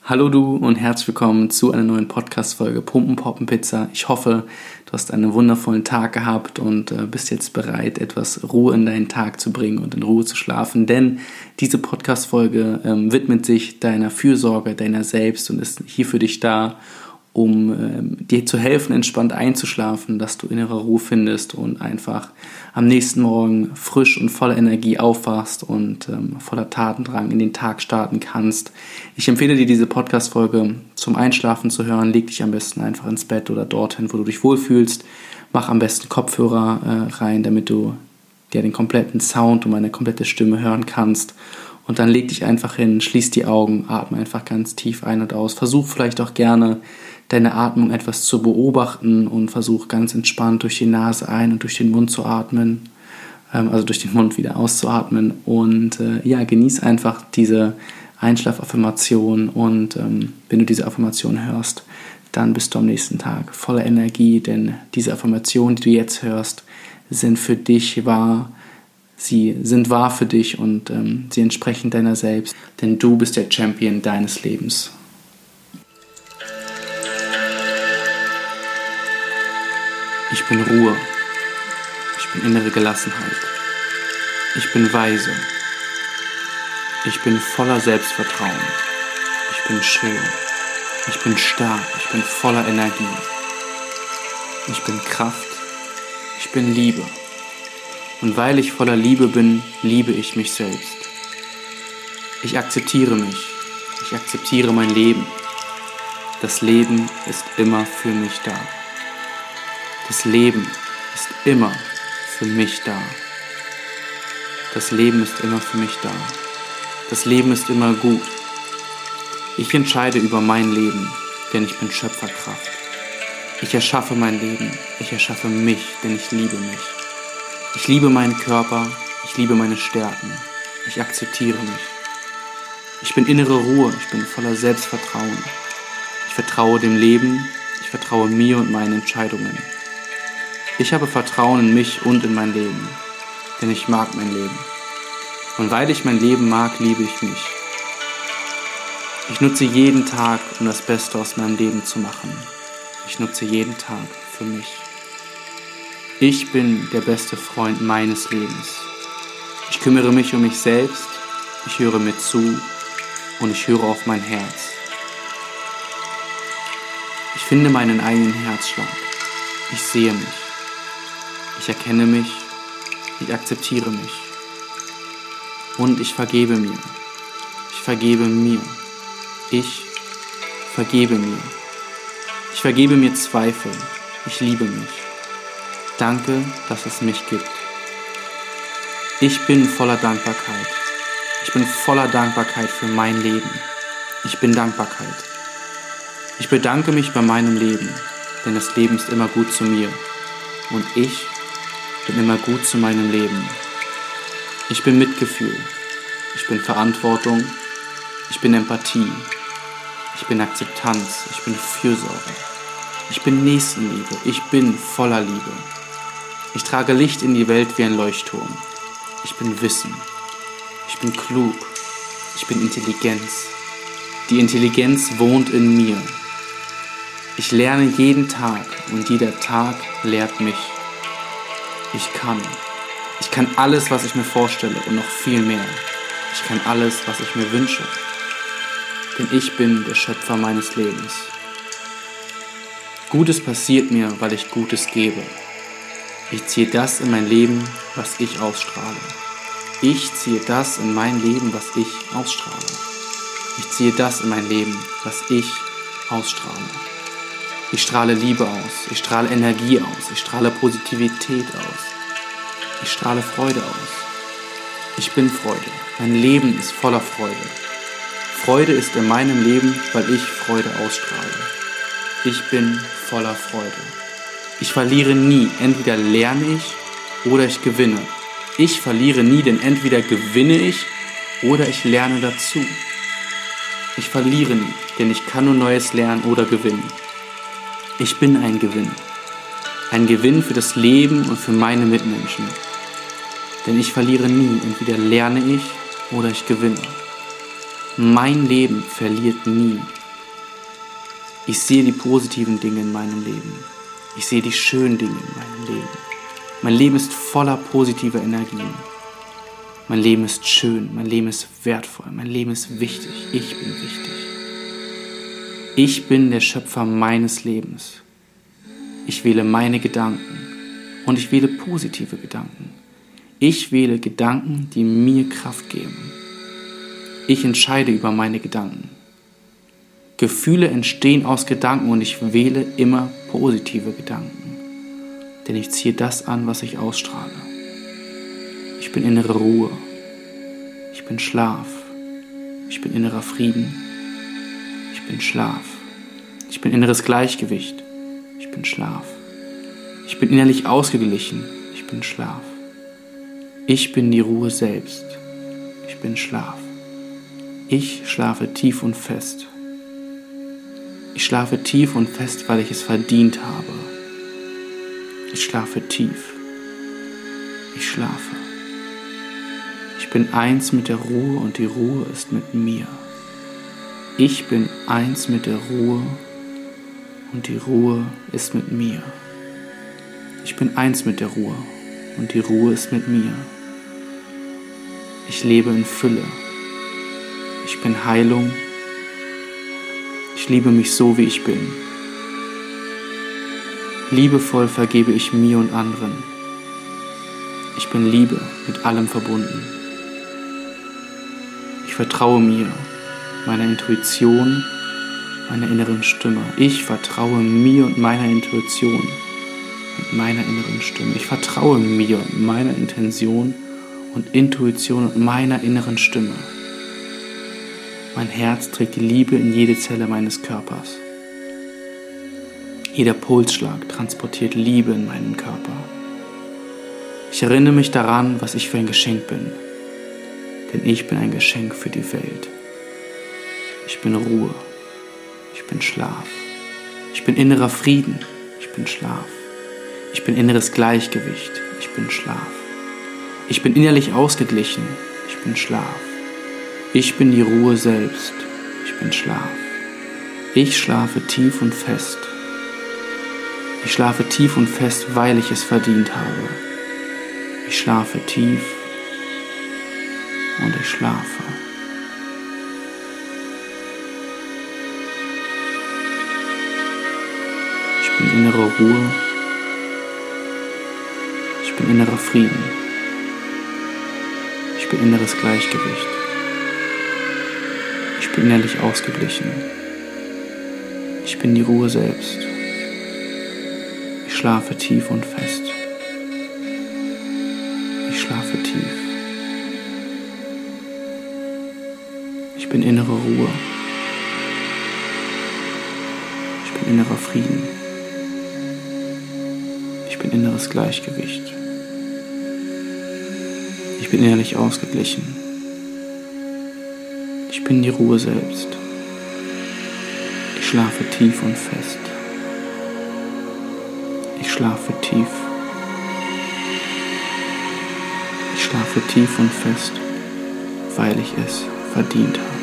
Hallo du und herzlich willkommen zu einer neuen Podcast-Folge Pumpen, Poppen, Pizza. Ich hoffe, du hast einen wundervollen Tag gehabt und bist jetzt bereit, etwas Ruhe in deinen Tag zu bringen und in Ruhe zu schlafen, denn diese Podcast-Folge widmet sich deiner Fürsorge, deiner selbst und ist hier für dich da, um dir zu helfen, entspannt einzuschlafen, dass du innere Ruhe findest und einfach am nächsten Morgen frisch und voller Energie aufwachst und voller Tatendrang in den Tag starten kannst. Ich empfehle dir, diese Podcast-Folge zum Einschlafen zu hören. Leg dich am besten einfach ins Bett oder dorthin, wo du dich wohlfühlst. Mach am besten Kopfhörer rein, damit du den kompletten Sound und meine komplette Stimme hören kannst. Und dann leg dich einfach hin, schließ die Augen, atme einfach ganz tief ein und aus. Versuch vielleicht auch gerne, deine Atmung etwas zu beobachten und versuch ganz entspannt durch die Nase ein und durch den Mund zu atmen, also durch den Mund wieder auszuatmen und genieß einfach diese Einschlafaffirmation und wenn du diese Affirmation hörst, dann bist du am nächsten Tag voller Energie, denn diese Affirmationen, die du jetzt hörst, sind für dich wahr. Sie sind wahr für dich und sie entsprechen deiner selbst, denn du bist der Champion deines Lebens. Ich bin Ruhe. Ich bin innere Gelassenheit. Ich bin weise. Ich bin voller Selbstvertrauen. Ich bin schön. Ich bin stark. Ich bin voller Energie. Ich bin Kraft. Ich bin Liebe. Und weil ich voller Liebe bin, liebe ich mich selbst. Ich akzeptiere mich. Ich akzeptiere mein Leben. Das Leben ist immer für mich da. Das Leben ist immer für mich da. Das Leben ist immer für mich da. Das Leben ist immer gut. Ich entscheide über mein Leben, denn ich bin Schöpferkraft. Ich erschaffe mein Leben. Ich erschaffe mich, denn ich liebe mich. Ich liebe meinen Körper. Ich liebe meine Stärken. Ich akzeptiere mich. Ich bin innere Ruhe. Ich bin voller Selbstvertrauen. Ich vertraue dem Leben. Ich vertraue mir und meinen Entscheidungen. Ich habe Vertrauen in mich und in mein Leben, denn ich mag mein Leben. Und weil ich mein Leben mag, liebe ich mich. Ich nutze jeden Tag, um das Beste aus meinem Leben zu machen. Ich nutze jeden Tag für mich. Ich bin der beste Freund meines Lebens. Ich kümmere mich um mich selbst, ich höre mir zu und ich höre auf mein Herz. Ich finde meinen eigenen Herzschlag. Ich sehe mich. Ich erkenne mich, ich akzeptiere mich und ich vergebe mir. Ich vergebe mir. Ich vergebe mir. Ich vergebe mir Zweifel. Ich liebe mich. Danke, dass es mich gibt. Ich bin voller Dankbarkeit. Ich bin voller Dankbarkeit für mein Leben. Ich bin Dankbarkeit. Ich bedanke mich bei meinem Leben, denn das Leben ist immer gut zu mir und ich bin immer gut zu meinem Leben. Ich bin Mitgefühl. Ich bin Verantwortung. Ich bin Empathie. Ich bin Akzeptanz. Ich bin Fürsorge. Ich bin Nächstenliebe. Ich bin voller Liebe. Ich trage Licht in die Welt wie ein Leuchtturm. Ich bin Wissen. Ich bin klug. Ich bin Intelligenz. Die Intelligenz wohnt in mir. Ich lerne jeden Tag und jeder Tag lehrt mich. Ich kann alles, was ich mir vorstelle und noch viel mehr. Ich kann alles, was ich mir wünsche. Denn ich bin der Schöpfer meines Lebens. Gutes passiert mir, weil ich Gutes gebe. Ich ziehe das in mein Leben, was ich ausstrahle. Ich ziehe das in mein Leben, was ich ausstrahle. Ich ziehe das in mein Leben, was ich ausstrahle. Ich strahle Liebe aus, ich strahle Energie aus, ich strahle Positivität aus. Ich strahle Freude aus. Ich bin Freude. Mein Leben ist voller Freude. Freude ist in meinem Leben, weil ich Freude ausstrahle. Ich bin voller Freude. Ich verliere nie. Entweder lerne ich oder ich gewinne. Ich verliere nie, denn entweder gewinne ich oder ich lerne dazu. Ich verliere nie, denn ich kann nur Neues lernen oder gewinnen. Ich bin ein Gewinn. Ein Gewinn für das Leben und für meine Mitmenschen. Denn ich verliere nie, entweder lerne ich oder ich gewinne. Mein Leben verliert nie, Ich sehe die positiven Dinge in meinem Leben. Ich sehe die schönen Dinge in meinem Leben. Mein Leben ist voller positiver Energien. Mein Leben ist schön, mein Leben ist wertvoll, mein Leben ist wichtig. Ich bin wichtig. Ich bin der Schöpfer meines Lebens. Ich wähle meine Gedanken und ich wähle positive Gedanken. Ich wähle Gedanken, die mir Kraft geben. Ich entscheide über meine Gedanken. Gefühle entstehen aus Gedanken und ich wähle immer positive Gedanken. Denn ich ziehe das an, was ich ausstrahle. Ich bin innere Ruhe. Ich bin Schlaf. Ich bin innerer Frieden. Ich bin Schlaf. Ich bin inneres Gleichgewicht. Ich bin Schlaf. Ich bin innerlich ausgeglichen. Ich bin Schlaf. Ich bin die Ruhe selbst. Ich bin Schlaf. Ich schlafe tief und fest. Ich schlafe tief und fest, weil ich es verdient habe. Ich schlafe tief. Ich schlafe. Ich bin eins mit der Ruhe und die Ruhe ist mit mir. Ich bin eins mit der Ruhe und die Ruhe ist mit mir. Ich bin eins mit der Ruhe und die Ruhe ist mit mir. Ich lebe in Fülle. Ich bin Heilung. Ich liebe mich so, wie ich bin. Liebevoll vergebe ich mir und anderen. Ich bin Liebe mit allem verbunden. Ich vertraue mir, meiner Intuition, meiner inneren Stimme. Ich vertraue mir und meiner Intuition und meiner inneren Stimme. Ich vertraue mir und meiner Intention und Intuition und meiner inneren Stimme. Mein Herz trägt die Liebe in jede Zelle meines Körpers. Jeder Pulsschlag transportiert Liebe in meinen Körper. Ich erinnere mich daran, was ich für ein Geschenk bin. Denn ich bin ein Geschenk für die Welt. Ich bin Ruhe. Ich bin Schlaf. Ich bin innerer Frieden. Ich bin Schlaf. Ich bin inneres Gleichgewicht. Ich bin Schlaf. Ich bin innerlich ausgeglichen. Ich bin Schlaf. Ich bin die Ruhe selbst. Ich bin Schlaf. Ich schlafe tief und fest. Ich schlafe tief und fest, weil ich es verdient habe. Ich schlafe tief und ich schlafe. Ich bin innere Ruhe. Ich bin innerer Frieden. Ich bin inneres Gleichgewicht. Ich bin innerlich ausgeglichen. Ich bin die Ruhe selbst. Ich schlafe tief und fest. Ich schlafe tief. Ich bin innere Ruhe. Ich bin innerer Frieden. Ich bin inneres Gleichgewicht. Ich bin innerlich ausgeglichen. Ich bin die Ruhe selbst. Ich schlafe tief und fest. Ich schlafe tief. Ich schlafe tief und fest, weil ich es verdient habe.